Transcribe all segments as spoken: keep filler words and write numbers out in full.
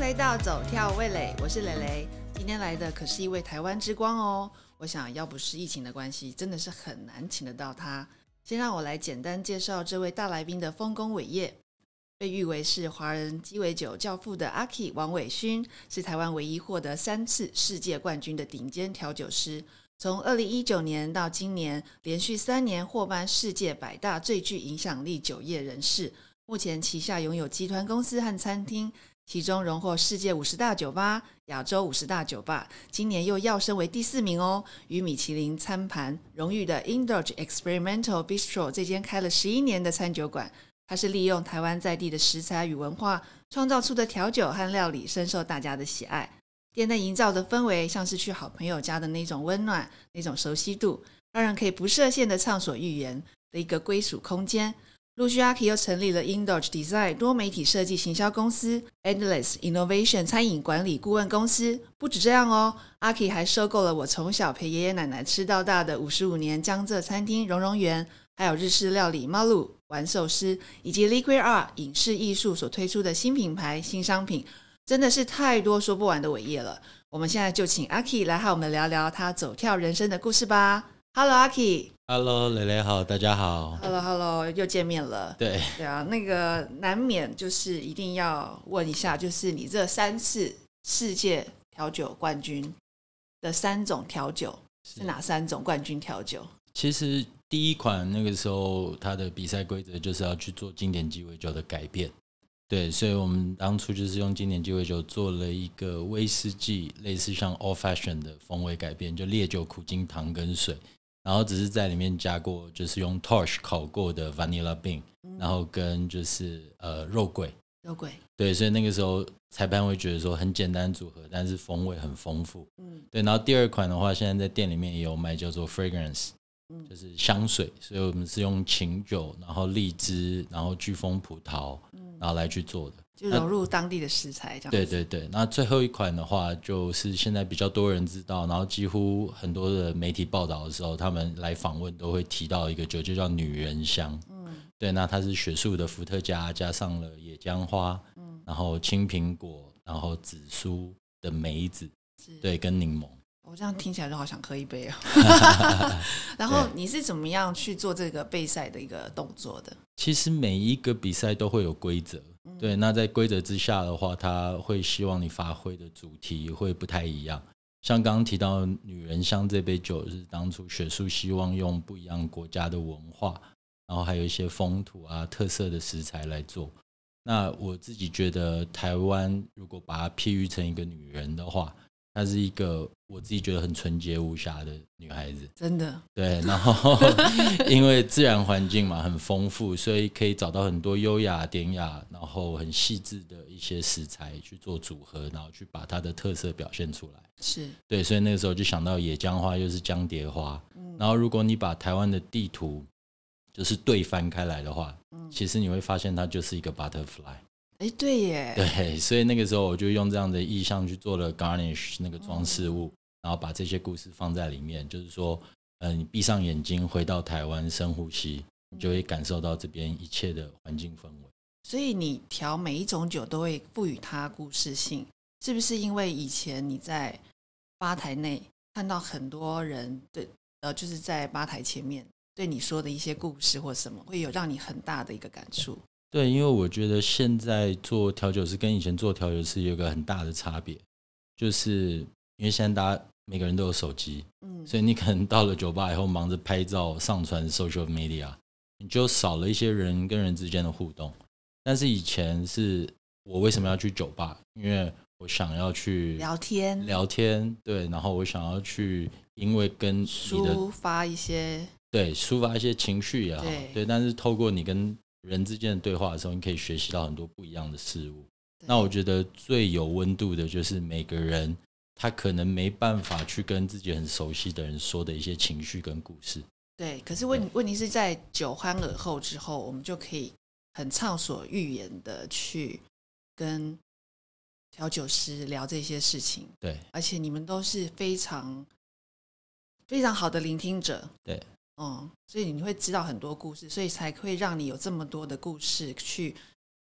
来到走跳味蕾，我是蕾蕾。今天来的可是一位台湾之光哦，我想要不是疫情的关系，真的是很难请得到他。先让我来简单介绍这位大来宾的丰功伟业。被誉为是华人鸡尾酒教父的阿 K 王伟勋，是台湾唯一获得三次世界冠军的顶尖调酒师。从二零一九年到今年，连续三年获颁世界百大最具影响力酒业人士。目前旗下拥有集团公司和餐厅，其中荣获世界五十大酒吧、亚洲五十大酒吧，今年又跃升为第四名哦，与米其林餐盘荣誉的 Indulge Experimental Bistro 这间开了十一年的餐酒馆。它是利用台湾在地的食材与文化创造出的调酒和料理，深受大家的喜爱。店内营造的氛围像是去好朋友家的那种温暖，那种熟悉度，让人可以不设限的畅所欲言的一个归属空间。陆续阿 K 又成立了 Indulge Design 多媒体设计行销公司， Endless Innovation 餐饮管理顾问公司。不止这样哦，阿 K 还收购了我从小陪爷爷奶奶吃到大的五十五年江浙餐厅荣荣园，还有日式料理猫路玩寿司，以及 Liquid Art 影视艺术所推出的新品牌新商品，真的是太多说不完的伟业了。我们现在就请阿 K 来和我们聊聊他走跳人生的故事吧。Hello 阿 K。 Hello 蕾蕾好，大家好。 Hello Hello 又见面了。 对对啊，那个难免就是一定要问一下，就是你这三次世界调酒冠军的三种调酒 是, 是哪三种冠军调酒？ 其实第一款那个时候它的比赛规则就是要去做经典鸡尾酒的改变，对，所以我们当初就是用经典鸡尾酒做了一个威士忌类似像 old fashion 的风味改变，就烈酒、苦精、糖跟水，然后只是在里面加过就是用 torch 烤过的 vanilla bean、嗯、然后跟就是呃肉桂肉桂对，所以那个时候裁判会觉得说很简单组合，但是风味很丰富、嗯、对。然后第二款的话现在在店里面也有卖，叫做 fragrance，就是香水，所以我们是用琴酒，然后荔枝，然后巨峰葡萄，然后来去做的， 就融入当地的食材这样子。 对对对。那最后一款的话就是现在比较多人知道，然后几乎很多的媒体报道的时候他们来访问都会提到一个酒，就叫女人香、嗯、对。那它是雪树的伏特加加上了野姜花、嗯、然后青苹果，然后紫苏的梅子，对，跟柠檬。 我这样听起来就好想喝一杯哦。然后你是怎么样去做这个备赛的一个动作的？ 其实每一个比赛都会有规则、嗯、对。那在规则之下的话，他会希望你发挥的主题会不太一样。像刚刚提到女人香这杯酒是当初雪树希望用不一样国家的文化，然后还有一些风土啊特色的食材来做。那我自己觉得台湾如果把它譬喻成一个女人的话，她是一个我自己觉得很纯洁无瑕的女孩子， 真的。 对，然后因为自然环境嘛很丰富，所以可以找到很多优雅典雅然后很细致的一些食材去做组合，然后去把它的特色表现出来。 是， 对，所以那个时候就想到野姜花又是姜蝶花、嗯、然后如果你把台湾的地图就是对翻开来的话、嗯、其实你会发现它就是一个 butterfly。 哎，对耶， 对，所以那个时候我就用这样的意象去做了 garnish 那个装饰物、嗯、然后把这些故事放在里面，就是说、呃、你闭上眼睛回到台湾深呼吸，你就会感受到这边一切的环境氛围。 所以你调每一种酒都会赋予它故事性，是不是因为以前你在吧台内看到很多人对呃，就是在吧台前面对你说的一些故事或什么，会有让你很大的一个感触？ 对，因为我觉得现在做调酒师跟以前做调酒师有一个很大的差别，就是因为现在大家每个人都有手机、嗯、所以你可能到了酒吧以后忙着拍照上传 social media， 你就少了一些人跟人之间的互动。但是以前是我为什么要去酒吧，因为我想要去聊天聊天，对，然后我想要去因为跟你的抒发一些， 对，抒发一些情绪也好， 对, 对。但是透过你跟人之间的对话的时候，你可以学习到很多不一样的事物。那我觉得最有温度的就是每个人他可能没办法去跟自己很熟悉的人说的一些情绪跟故事。 对，可是 问, 问题是在酒酣耳后之后，我们就可以很畅所欲言的去跟调酒师聊这些事情。 对， 而且你们都是非常非常好的聆听者。 对， 嗯，所以你会知道很多故事，所以才会让你有这么多的故事去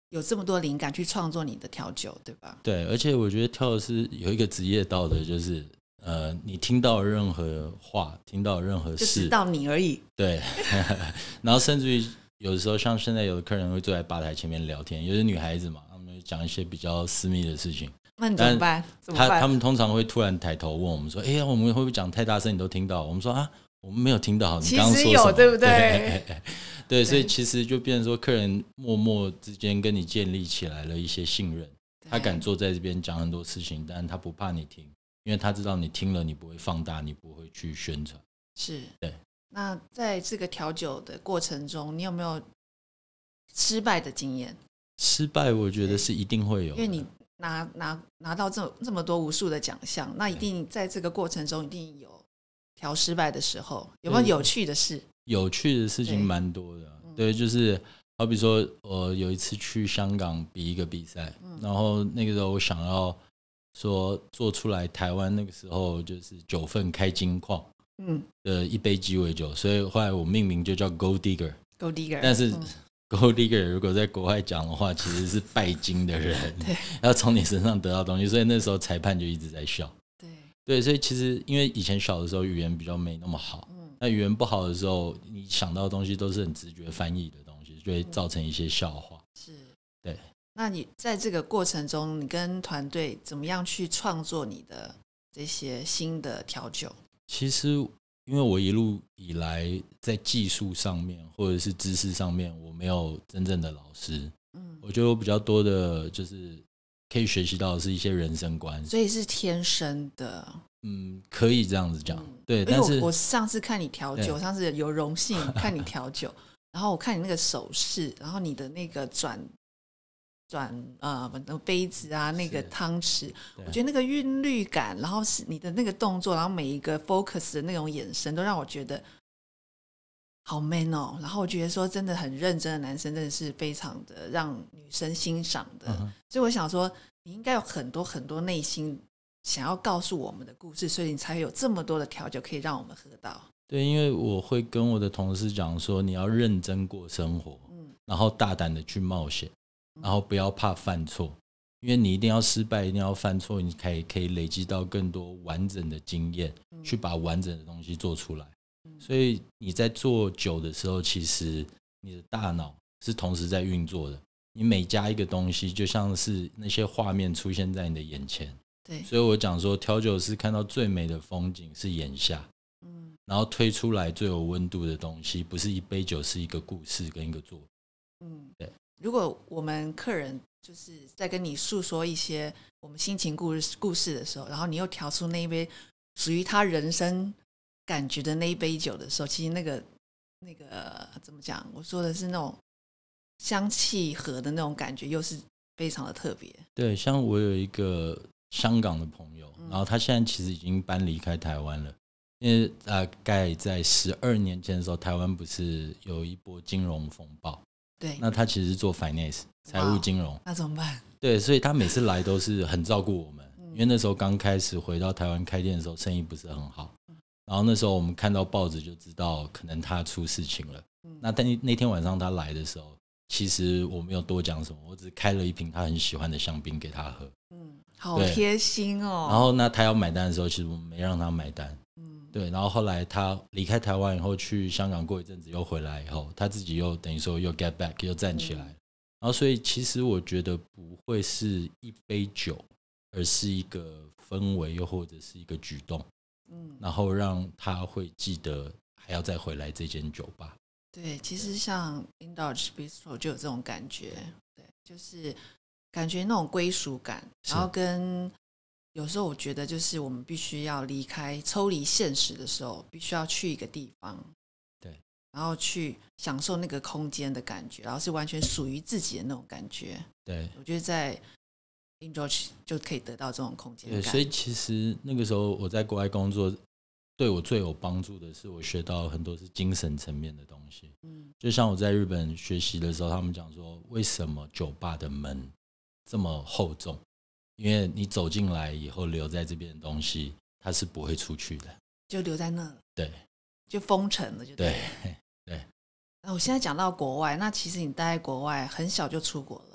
有这么多灵感去创作你的调酒，对吧？ 对，而且我觉得调酒师有一个职业道德，就是呃，你听到任何话，听到任何事， 就只到你而已。 对，然后甚至于有的时候，像现在有的客人会坐在吧台前面聊天，有的女孩子嘛，她们会讲一些比较私密的事情。 那你怎么办？怎么办？ 他他们通常会突然抬头问我们说：“哎呀，我们会不会讲太大声，你都听到？”我们说：“啊，我们没有听到，你刚刚说什么？” 其实有，对不对？ 对，对，所以其实就变成说，客人默默之间跟你建立起来了一些信任，他敢坐在这边讲很多事情，但他不怕你听，因为他知道你听了，你不会放大，你不会去宣传。 是， 对。 那在这个调酒的过程中，你有没有失败的经验？ 失败，我觉得是一定会有的， 因为你拿拿拿到这这么多无数的奖项，那一定在这个过程中一定有调失败的时候，有没有有趣的事？ 有趣的事情蛮多的，对，对，就是好比说，我有一次去香港比一个比赛，嗯、然后那个时候我想要说做出来台湾那个时候就是九份开金矿，嗯的一杯鸡尾酒，所以后来我命名就叫 Gold Digger。Gold Digger， 但是、 嗯、 Gold Digger 如果在国外讲的话，其实是拜金的人，要从你身上得到东西，所以那时候裁判就一直在笑。 对对，所以其实因为以前小的时候语言比较没那么好。嗯，那语言不好的时候，你想到的东西都是很直觉翻译的东西，就会造成一些笑话。 是， 对。 那你在这个过程中，你跟团队怎么样去创作你的这些新的调酒？ 其实，因为我一路以来在技术上面或者是知识上面，我没有真正的老师。嗯，我觉得我比较多的就是可以学习到的是一些人生观， 所以是天生的。 嗯，可以这样子讲，嗯、对。但是我, 我上次看你调酒，我上次有荣幸看你调酒，然后我看你那个手势，然后你的那个转转呃杯子啊，那个汤匙，我觉得那个韵律感，然后是你的那个动作，然后每一个 focus 的那种眼神，都让我觉得好 man 哦。然后我觉得说真的很认真的男生，真的是非常的让女生欣赏的。嗯、所以我想说，你应该有很多很多内心想要告诉我们的故事，所以你才会有这么多的调酒可以让我们喝到。 对，因为我会跟我的同事讲说，你要认真过生活，嗯、然后大胆的去冒险，然后不要怕犯错，因为你一定要失败，一定要犯错，你可以可以累积到更多完整的经验，嗯、去把完整的东西做出来。嗯、所以你在做酒的时候，其实你的大脑是同时在运作的，你每加一个东西，就像是那些画面出现在你的眼前。 对， 所以我讲说，调酒师看到最美的风景是眼下，嗯，然后推出来最有温度的东西，不是一杯酒，是一个故事跟一个作品。 嗯，对。如果我们客人就是在跟你诉说一些我们心情故事故事的时候，然后你又调出那一杯属于他人生感觉的那一杯酒的时候，其实那个那个怎么讲？我说的是那种香气合的那种感觉，又是非常的特别。 对，像我有一个香港的朋友，然后他现在其实已经搬离开台湾了，因为大概在十二年前的时候，台湾不是有一波金融风暴？ 对， 那他其实是做 finance 财务金融， 那怎么办？ 对，所以他每次来都是很照顾我们，嗯、因为那时候刚开始回到台湾开店的时候，生意不是很好，嗯、然后那时候我们看到报纸就知道可能他出事情了。嗯、那但那天晚上他来的时候，其实我没有多讲什么，我只开了一瓶他很喜欢的香槟给他喝。 嗯，好贴心哦。 然后那他要买单的时候，其实我们没让他买单。嗯，对。然后后来他离开台湾以后，去香港过一阵子，又回来以后，他自己又等于说又 get back， 又站起来。嗯、然后所以其实我觉得不会是一杯酒，而是一个氛围，又或者是一个举动。嗯，然后让他会记得还要再回来这间酒吧。 对，其实像 Indulge Bistro 就有这种感觉，对，就是感觉那种归属感，然后跟有时候我觉得就是我们必须要离开抽离现实的时候，必须要去一个地方， 对， 然后去享受那个空间的感觉，然后是完全属于自己的那种感觉。 对， 我觉得在 Indulge 就可以得到这种空间感。 对，所以其实那个时候我在国外工作，对我最有帮助的是我学到很多是精神层面的东西。嗯，就像我在日本学习的时候，他们讲说为什么酒吧的门这么厚重，因为你走进来以后留在这边的东西它是不会出去的， 就留在那了。 对， 就封尘了就对了。 对对。 那我现在讲到国外，那其实你待在国外很小就出国了。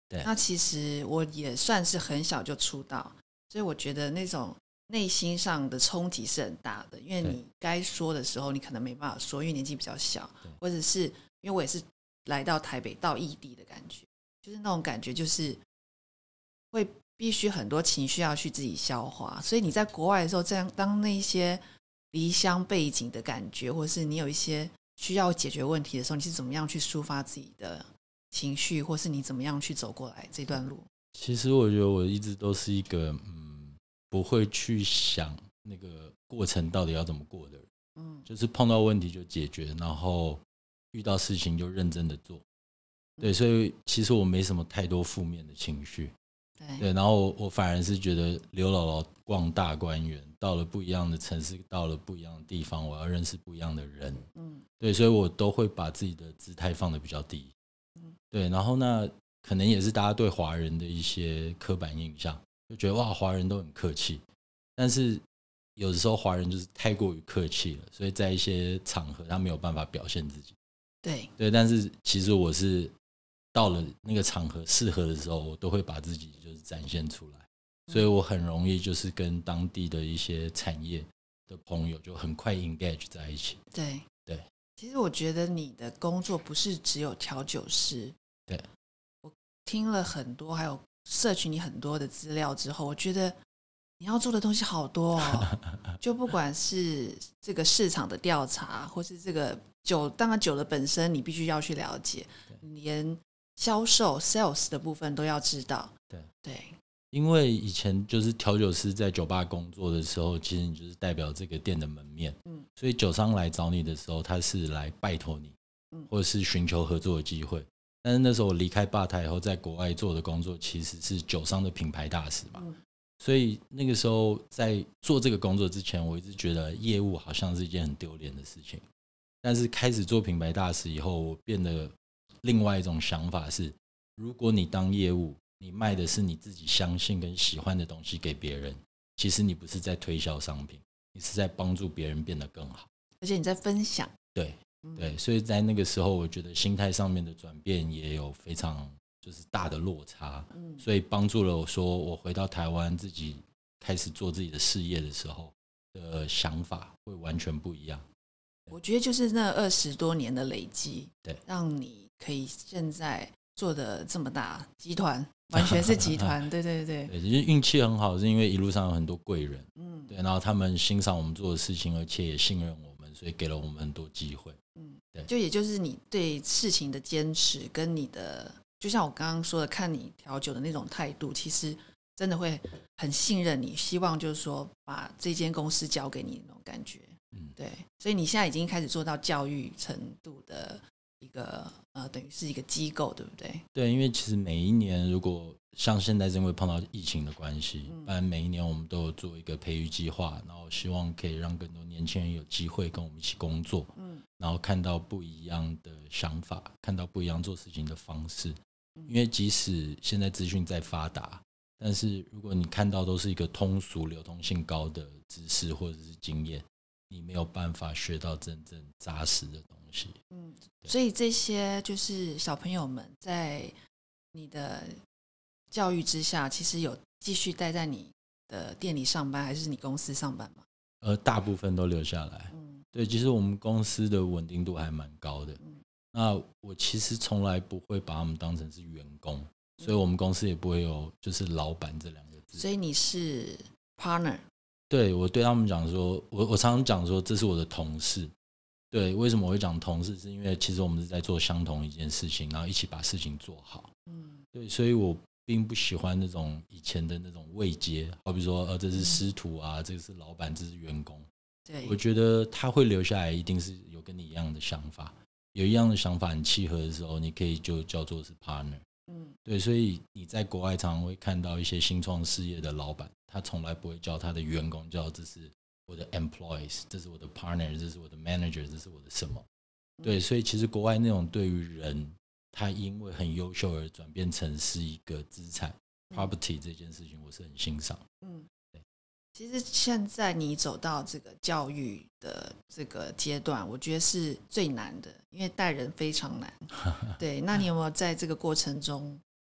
对， 那其实我也算是很小就出道，所以我觉得那种内心上的冲击是很大的，因为你该说的时候你可能没办法说，因为年纪比较小，或者是因为我也是来到台北到异地的感觉，就是那种感觉就是会必须很多情绪要去自己消化，所以你在国外的时候，这样当那些离乡背景的感觉，或是你有一些需要解决问题的时候，你是怎么样去抒发自己的情绪，或是你怎么样去走过来这段路？ 其实我觉得我一直都是一个嗯，不会去想那个过程到底要怎么过的人，嗯，就是碰到问题就解决，然后遇到事情就认真的做，对，所以其实我没什么太多负面的情绪，对，对，然后我反而是觉得刘姥姥逛大观园，到了不一样的城市，到了不一样的地方，我要认识不一样的人，嗯，对，所以我都会把自己的姿态放得比较低，嗯，对，然后那可能也是大家对华人的一些刻板印象，就觉得哇，华人都很客气，但是有的时候华人就是太过于客气了，所以在一些场合他没有办法表现自己， 对对，但是其实我是到了那个场合适合的时候，我都会把自己就是展现出来，所以我很容易就是跟当地的一些产业的朋友就很快 engage 在一起。 对对， 其实我觉得你的工作不是只有调酒师， 对， 我听了很多，还有摄取你很多的资料之后，我觉得你要做的东西好多哦，就不管是这个市场的调查，或是这个酒，当然酒的本身你必须要去了解，连销售 sales 的部分都要知道。 对对， 因为以前就是调酒师在酒吧工作的时候，其实你就是代表这个店的门面，嗯，所以酒商来找你的时候，他是来拜托你，嗯，或者是寻求合作的机会。但是那时候我离开吧台以后，在国外做的工作其实是酒商的品牌大使嘛，嗯，所以那个时候在做这个工作之前，我一直觉得业务好像是一件很丢脸的事情。但是开始做品牌大使以后，我变得另外一种想法是，如果你当业务，你卖的是你自己相信跟喜欢的东西给别人，其实你不是在推销商品，你是在帮助别人变得更好， 而且你在分享。 对对，所以在那个时候，我觉得心态上面的转变也有非常就是大的落差，嗯，所以帮助了我说，我回到台湾自己开始做自己的事业的时候的想法会完全不一样。 我觉得就是那二十多年的累积， 对， 让你可以现在做的这么大，集团完全是集团，对对对， 对，就是运气很好，是因为一路上有很多贵人，嗯，对，然后他们欣赏我们做的事情，而且也信任我们，所以给了我们很多机会， 嗯，对，就也就是你对事情的坚持，跟你的，就像我刚刚说的，看你调酒的那种态度，其实真的会很信任你，希望就是说把这间公司交给你那种感觉。嗯，对，所以你现在已经开始做到教育程度的一个呃，等于是一个机构，对不对？ 对，因为其实每一年，如果像现在是因为碰到疫情的关系，嗯，不然每一年我们都有做一个培育计划，然后希望可以让更多年轻人有机会跟我们一起工作，嗯，然后看到不一样的想法，看到不一样做事情的方式。因为即使现在资讯再发达，但是如果你看到都是一个通俗、流通性高的知识或者是经验，你没有办法学到真正扎实的东西。 嗯，所以这些就是小朋友们在你的教育之下，其实有继续待在你的店里上班，还是你公司上班吗？ 呃，大部分都留下来。嗯，对，其实我们公司的稳定度还蛮高的。嗯，那我其实从来不会把他们当成是员工，所以我们公司也不会有就是老板这两个字。 所以你是 partner。 对，我对他们讲说，我我常常讲说这是我的同事。对，为什么我会讲同事？是因为其实我们是在做相同一件事情，然后一起把事情做好。嗯，对，所以我并不喜欢那种以前的那种位阶，好比说呃这是师徒啊，这个是老板，这是员工。 对， 我觉得他会留下来，一定是有跟你一样的想法，有一样的想法很契合的时候，你可以就叫做是 partner。嗯，对，所以你在国外常常会看到一些新创事业的老板，他从来不会叫他的员工叫这是我的 employees， 这是我的 partner， 这是我的 manager， 这是我的什么。对，所以其实国外那种对于人他因为很优秀而转变成是一个资产 property 这件事情，我是很欣赏。嗯，对。 其实现在你走到这个教育的这个阶段，我觉得是最难的，因为带人非常难。对，那你有没有在这个过程中，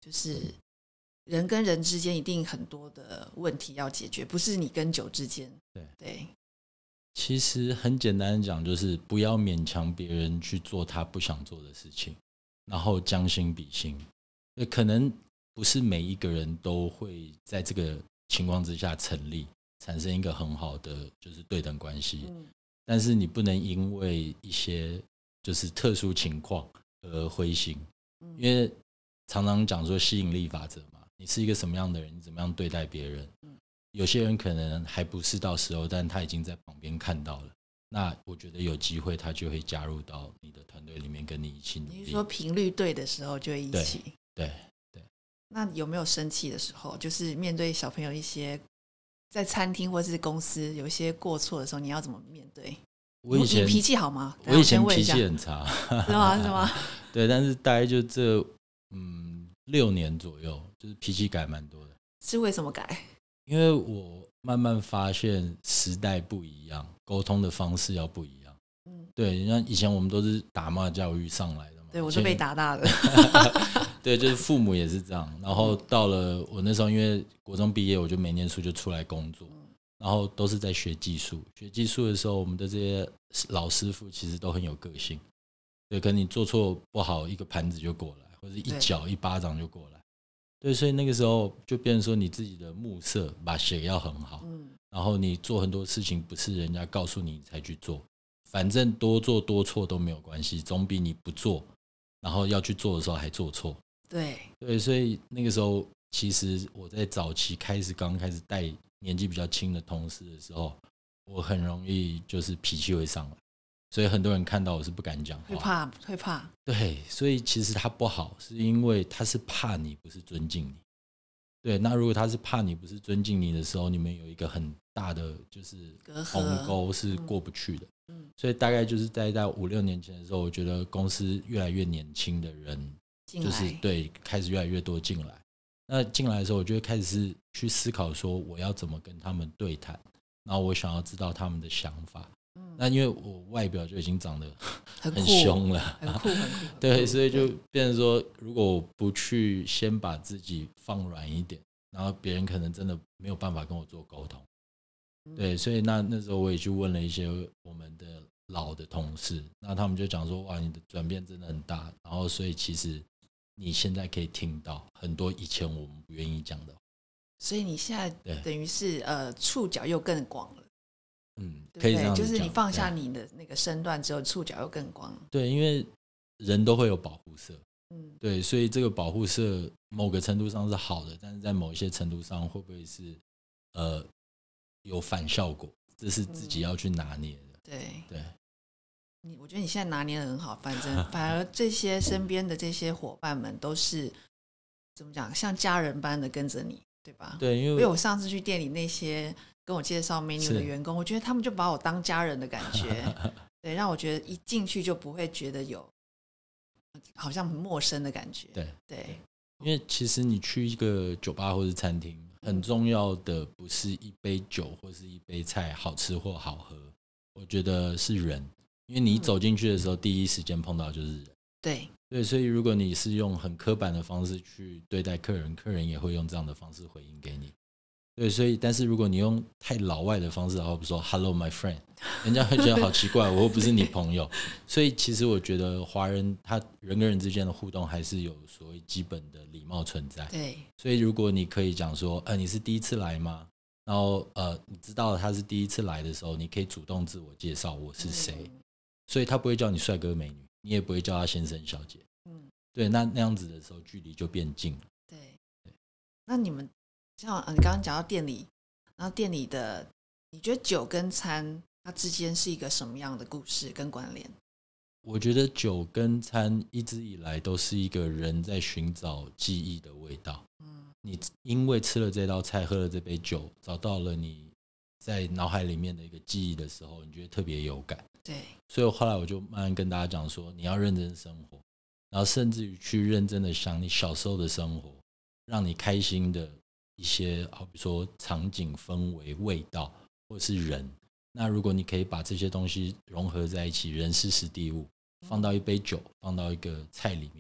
就是人跟人之间一定很多的问题要解决，不是你跟酒之间。 对对， 其实很简单的讲，就是不要勉强别人去做他不想做的事情，然后将心比心。可能不是每一个人都会在这个情况之下成立，产生一个很好的就是对等关系。嗯，但是你不能因为一些就是特殊情况而灰心，因为常常讲说吸引力法则嘛，你是一个什么样的人，你怎么样对待别人。有些人可能还不是到时候，但他已经在旁边看到了，那我觉得有机会他就会加入到你的团队里面跟你一起努力。 你是说频率对的时候就会一起？ 对 对, 对。 那有没有生气的时候，就是面对小朋友一些在餐厅或是公司有一些过错的时候，你要怎么面对？ 我以前你脾气好吗？ 我以前脾气很差。 是吗？是吗？ 对，但是大概就这嗯六年左右，就是脾气改蛮多的。 是为什么改？ 因为我慢慢发现时代不一样，沟通的方式要不一样。嗯，对，像以前我们都是打骂教育上来的嘛。 对，我是被打大的。 对，就是父母也是这样。然后到了我那时候，因为国中毕业，我就没念书就出来工作，然后都是在学技术。学技术的时候，我们的这些老师傅其实都很有个性。对，可能你做错不好，一个盘子就过来，或者一脚一巴掌就过来。对，所以那个时候就变成说你自己的目色把血要很好，嗯，然后你做很多事情不是人家告诉你才去做，反正多做多错都没有关系，总比你不做然后要去做的时候还做错。 对对，所以那个时候其实我在早期开始刚开始带年纪比较轻的同事的时候，我很容易就是脾气会上来，所以很多人看到我是不敢讲话， 会怕会怕。 对，所以其实他不好，是因为他是怕你，不是尊敬你。对，那如果他是怕你，不是尊敬你的时候，你们有一个很大的就是鸿沟是过不去的。嗯，所以大概就是在在五六年前的时候，我觉得公司越来越年轻的人，就是对开始越来越多进来。那进来的时候，我就会开始是去思考说，我要怎么跟他们对谈，然后我想要知道他们的想法。那因为我外表就已经长得很凶了， 很酷很酷， 对，所以就变成说，如果我不去先把自己放软一点，然后别人可能真的没有办法跟我做沟通。对，所以那那时候我也去问了一些我们的老的同事，那他们就讲说，哇，你的转变真的很大，然后所以其实你现在可以听到很多以前我们不愿意讲的， 所以你现在等于是呃触角又更广了。 嗯， 对对可以这样子讲， 就是你放下你的那个身段之后，触角又更广。 对，因为人都会有保护色，嗯，对，所以这个保护色某个程度上是好的，但是在某一些程度上会不会是呃有反效果，这是自己要去拿捏的。嗯、 对对， 你我觉得你现在拿捏得很好，反正反而这些身边的这些伙伴们都是怎么讲，像家人般的跟着你，对吧？ 对，因为因为我上次去店里那些跟我介绍 menu 的员工，我觉得他们就把我当家人的感觉，对，让我觉得一进去就不会觉得有好像很陌生的感觉。 对对， 因为其实你去一个酒吧或是餐厅，很重要的不是一杯酒或是一杯菜好吃或好喝，我觉得是人，因为你走进去的时候，第一时间碰到就是人。 对对，所以如果你是用很刻板的方式去对待客人，客人也会用这样的方式回应给你。对，所以但是如果你用太老外的方式，然后比如说 Hello my friend， 人家会觉得好奇怪，我又不是你朋友。所以其实我觉得华人他人跟人之间的互动还是有所谓基本的礼貌存在。 对， 所以如果你可以讲说，呃，你是第一次来吗？然后呃，你知道他是第一次来的时候，你可以主动自我介绍我是谁。嗯、所以他不会叫你帅哥美女，你也不会叫他先生小姐。嗯，对，那那样子的时候距离就变近了。 对，对，那你们像你刚刚讲到店里，然后店里的，你觉得酒跟餐它之间是一个什么样的故事跟关联？ 我觉得酒跟餐一直以来都是一个人在寻找记忆的味道。嗯，你因为吃了这道菜，喝了这杯酒，找到了你在脑海里面的一个记忆的时候，你觉得特别有感。 对， 所以后来我就慢慢跟大家讲说，你要认真生活，然后甚至于去认真的想你小时候的生活，让你开心的一些，好比说场景、氛围、味道，或是人。那如果你可以把这些东西融合在一起，人事时地物，放到一杯酒，放到一个菜里面，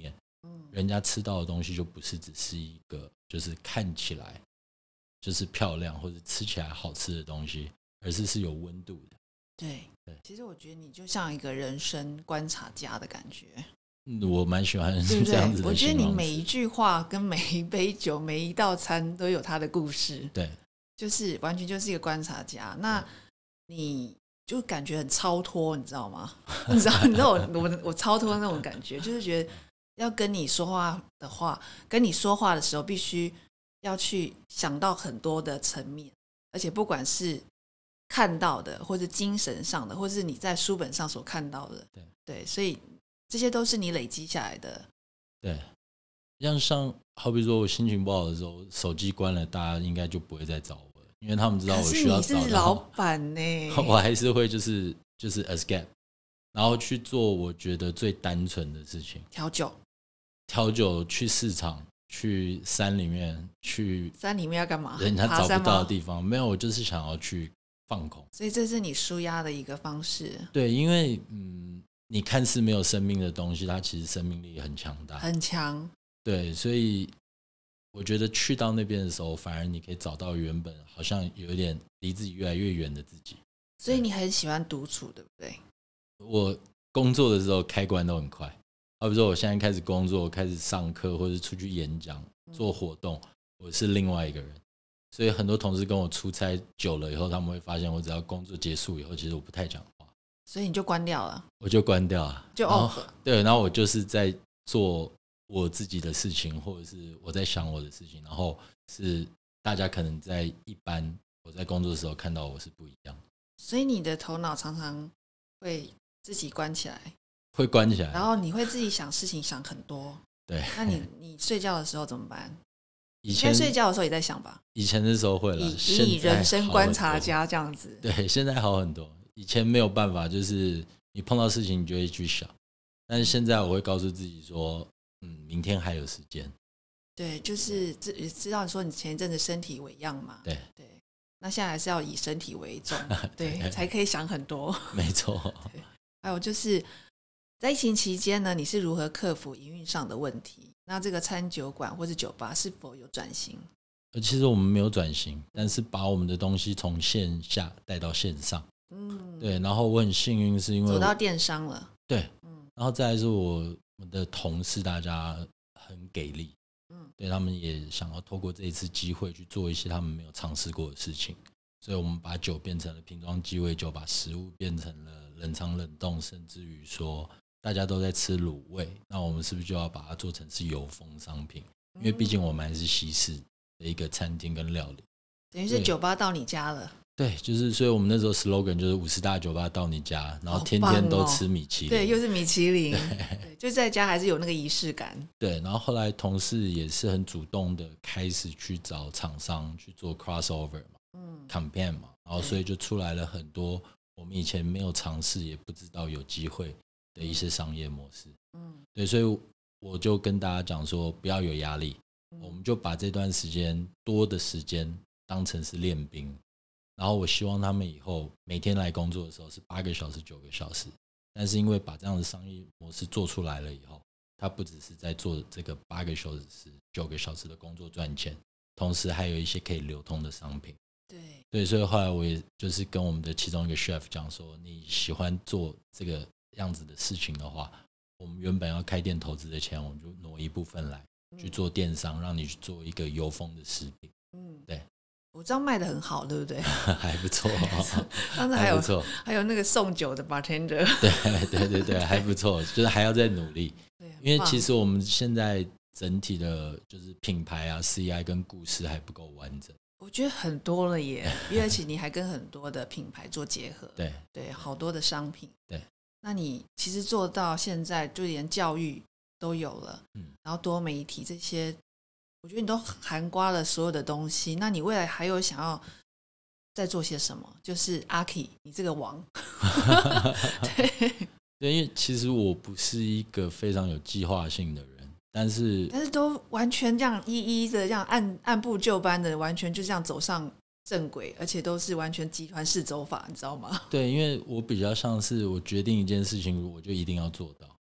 嗯，人家吃到的东西就不是只是一个就是看起来就是漂亮或者吃起来好吃的东西，而是是有温度的。 对对，其实我觉得你就像一个人生观察家的感觉。 嗯，我蛮喜欢对不对？ 这样子的形容词。 我觉得你每一句话跟每一杯酒每一道餐都有它的故事。 对， 就是完全就是一个观察家。那你就感觉很超脱，你知道吗？你知道你知道我我我超脱那种感觉，就是觉得要跟你说话的话，跟你说话的时候必须要去想到很多的层面，而且不管是看到的或者精神上的，或是你在书本上所看到的， 对对，所以这些都是你累积下来的。 对，像像好比说我心情不好的时候，手机关了，大家应该就不会再找我了，因为他们知道我需要找到。 可是你是老板呢， 我还是会就是就是 escape， 然后去做我觉得最单纯的事情， 调酒。 调酒，去市场，去山里面，去山里面要干嘛？ 人家找不到的地方。没有，我就是想要去放空， 所以这是你抒压的一个方式。 对，因为嗯，你看似没有生命的东西，它其实生命力很强大， 很强。 对，所以我觉得去到那边的时候，反而你可以找到原本好像有一点离自己越来越远的自己。 所以你很喜欢独处，对不对？ 我工作的时候开关都很快，好比说我现在开始工作，开始上课，或者出去演讲、做活动，我是另外一个人。所以很多同事跟我出差久了以后，他们会发现我只要工作结束以后，其实我不太讲话， 所以你就关掉了， 我就关掉了， 就 off 了。 对，然后我就是在做我自己的事情，或者是我在想我的事情，然后是大家可能在一般我在工作的时候看到我是不一样。 所以你的头脑常常会自己关起来， 会关起来， 然后你会自己想事情想很多。 对， 那你你睡觉的时候怎么办？ 以前睡觉的时候也在想吧？ 以前的时候会了， 以以你人生观察家这样子， 对，现在好很多。以前没有办法，就是你碰到事情你就会去想，但是现在我会告诉自己说，嗯，明天还有时间。 对，就是知知道说你前一阵子身体为恙嘛， 对对，那现在还是要以身体为重，对， 对， 才可以想很多。 没错。 还有就是在疫情期间呢，你是如何克服营运上的问题？那这个餐酒馆或是酒吧是否有转型？ 其实我们没有转型，但是把我们的东西从线下带到线上。嗯，对。然后我很幸运，是因为走到电商了。 对，嗯。然后再来是我我的同事，大家很给力，嗯，对，他们也想要透过这一次机会去做一些他们没有尝试过的事情，所以我们把酒变成了瓶装鸡尾酒，把食物变成了冷藏冷冻，甚至于说大家都在吃卤味，那我们是不是就要把它做成是油封商品？因为毕竟我们还是西式的一个餐厅跟料理， 等于是酒吧到你家了。 对，就是所以我们那时候 slogan 就是五十大酒吧到你家，然后天天都吃米其林。 对，又是米其林，对，就在家还是有那个仪式感。 对，然后后来同事也是很主动的开始去找厂商去做 crossover 嘛，嗯 campaign 嘛，然后所以就出来了很多我们以前没有尝试也不知道有机会的一些商业模式。嗯，对，所以我就跟大家讲说不要有压力，我们就把这段时间多的时间当成是练兵。然后我希望他们以后每天来工作的时候是八个小时九个小时，但是因为把这样的商业模式做出来了以后，他不只是在做这个八个小时九个小时的工作赚钱，同时还有一些可以流通的商品。 对对，所以后来我也就是跟我们的其中一个 chef 讲说，你喜欢做这个样子的事情的话，我们原本要开店投资的钱，我们就挪一部分来去做电商，让你去做一个油封的食品。嗯，对。 我知道卖的很好，对不对？ 还不错， 当时还有还, 还有那个送酒的 bartender， 对对对对，还不错，就是还要再努力。因为其实我们现在整体的就是品牌啊 C I 跟故事还不够完整。 我觉得很多了耶，而且你还跟很多的品牌做结合， 对对，好多的商品。 对， 那你其实做到现在，就连教育都有了，嗯，然后多媒体这些。我觉得你都涵盖了所有的东西，那你未来还有想要再做些什么？就是阿 K 你这个王对对，因为其实我不是一个非常有计划性的人，但是但是都完全这样一一的这样按按部就班的，完全就这样走上正轨，而且都是完全集团式走法，你知道吗？ 对，因为我比较像是我决定一件事情，我就一定要做到。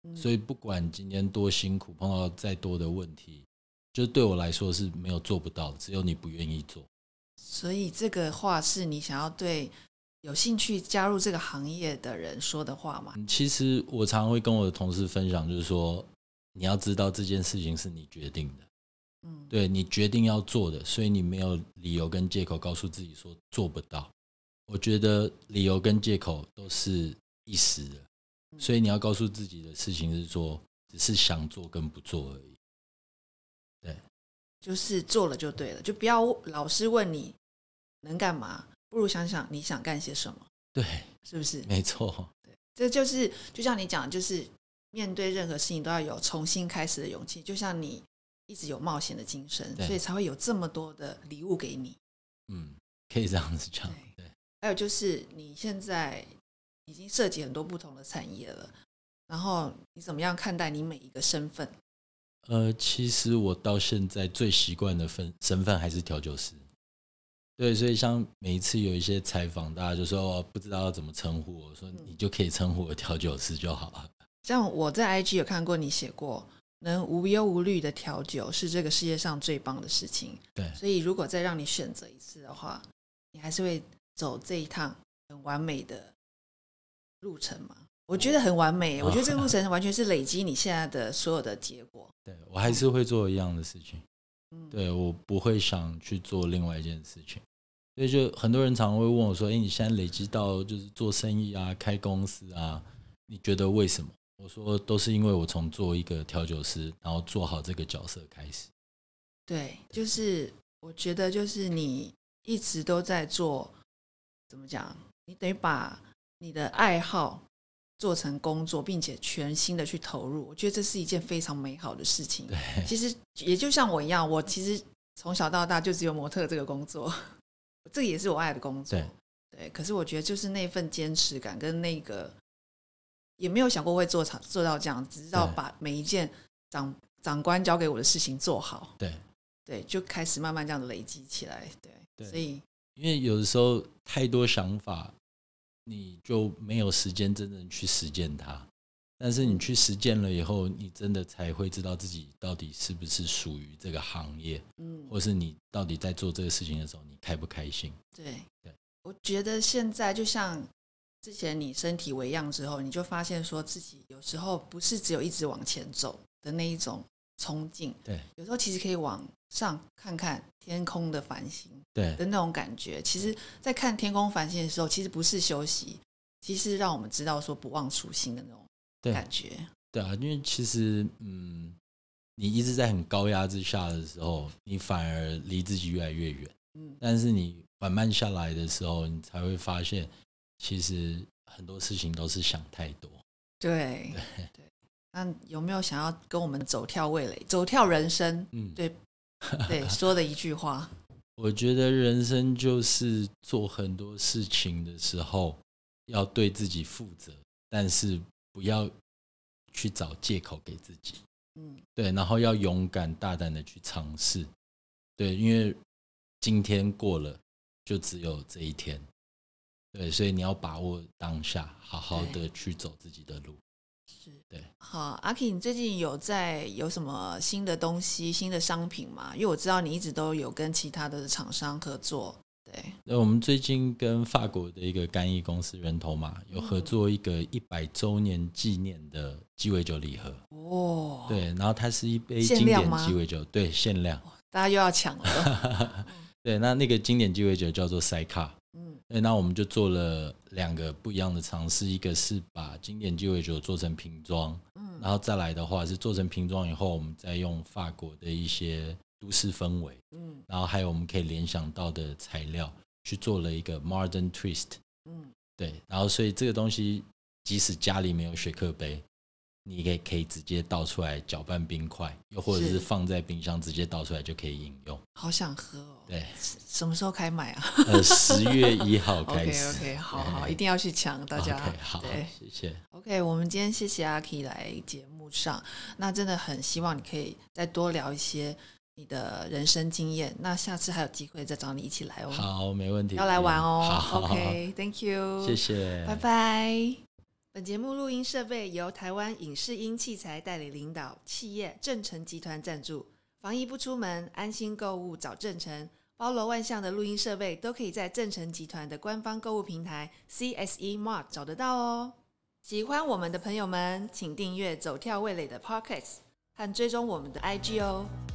嗯、所以不管今天多辛苦，碰到再多的问题，就对我来说是没有做不到，只有你不愿意做。 所以这个话是你想要对有兴趣加入这个行业的人说的话吗？ 其实我常常会跟我的同事分享，就是说你要知道这件事情是你决定的，嗯，对，你决定要做的，所以你没有理由跟借口告诉自己说做不到。我觉得理由跟借口都是一时的，所以你要告诉自己的事情是说只是想做跟不做而已。对， 就是做了就对了，就不要老是问你能干嘛，不如想想你想干些什么。 对， 是不是？ 没错。 对，这就是就像你讲，就是面对任何事情都要有重新开始的勇气，就像你一直有冒险的精神，所以才会有这么多的礼物给你。 嗯，可以这样子讲。对， 还有就是你现在已经涉及很多不同的产业了，然后你怎么样看待你每一个身份？ 呃，其实我到现在最习惯的分身份还是调酒师。对，所以像每一次有一些采访，大家就说、哦、不知道要怎么称呼我，说你就可以称呼我调酒师就好了。 像我在 I G 有看过你写过，能无忧无虑的调酒是这个世界上最棒的事情。 对， 所以如果再让你选择一次的话，你还是会走这一趟很完美的路程吗？我觉得很完美、哦、我觉得这个路程完全是累积你现在的所有的结果。 对，我还是会做一样的事情、嗯、对，我不会想去做另外一件事情。所以就很多人常常会问我说，哎，你现在累积到就是做生意啊，开公司啊，你觉得为什么？我说都是因为我从做一个调酒师，然后做好这个角色开始。 对，就是我觉得就是你一直都在做，怎么讲，你等于把你的爱好做成工作，并且全心的去投入，我觉得这是一件非常美好的事情。其实也就像我一样，我其实从小到大就只有模特这个工作，这个也是我爱的工作。 对, 对，可是我觉得就是那份坚持感跟那个也没有想过会 做, 做到这样，只知道把每一件 长, 长官交给我的事情做好。对对，就开始慢慢这样累积起来。 对, 对，所以因为有的时候太多想法，你就没有时间真正去实践它，但是你去实践了以后，你真的才会知道自己到底是不是属于这个行业，嗯，或是你到底在做这个事情的时候你开不开心。 对对，我觉得现在就像之前你身体为恙之后，你就发现说自己有时候不是只有一直往前走的那一种冲劲，对，有时候其实可以往上看看天空的繁星，对的那种感觉。其实在看天空繁星的时候，其实不是休息，其实让我们知道说不忘初心的那种感觉。 对, 对啊，因为其实嗯，你一直在很高压之下的时候，你反而离自己越来越远，嗯，但是你缓慢下来的时候，你才会发现其实很多事情都是想太多。 对 对, 对，那有没有想要跟我们走跳味蕾走跳人生，嗯，对对说的一句话？ 我觉得人生就是做很多事情的时候要对自己负责，但是不要去找借口给自己，嗯，对，然后要勇敢大胆的去尝试。对，因为今天过了就只有这一天，对，所以你要把握当下，好好的去走自己的路。 是，对。好，阿 K， 你最近有在有什么新的东西、新的商品吗？因为我知道你一直都有跟其他的厂商合作。对， 对，我们最近跟法国的一个干邑公司人头马有合作一个一百周年纪念的鸡尾酒礼盒。哦，对，然后它是一杯经典鸡尾酒，对，限量， 大家又要抢了。 对，那那个经典鸡尾酒叫做塞卡。嗯，对，那我们就做了两个不一样的尝试，一个是把经典鸡尾酒做成瓶装，嗯，然后再来的话是做成瓶装以后，我们再用法国的一些都市氛围，嗯，然后还有我们可以联想到的材料去做了一个 modern twist， 嗯，对，然后所以这个东西即使家里没有雪克杯，你也可以直接倒出来搅拌冰块，又或者是放在冰箱直接倒出来就可以饮用。 好想喝哦。 对， 什么时候开卖啊？ 呃，十月一号开始。 OK OK， 好好，一定要去抢，大家。 OK， 好，对，谢谢。 OK， 我们今天谢谢阿 K 来节目上，那真的很希望你可以再多聊一些你的人生经验，那下次还有机会再找你一起来哦。 好，没问题， 要来玩哦。 好 OK，Thank you， 谢谢， 拜拜。 本节目录音设备由台湾影视音器材代理领导企业正成集团赞助。防疫不出门，安心购物找正成。包罗万象的录音设备都可以在正成集团的官方购物平台 C S E Mart 找得到哦。喜欢我们的朋友们，请订阅走跳味蕾的 Podcast 和追踪我们的 I G 哦。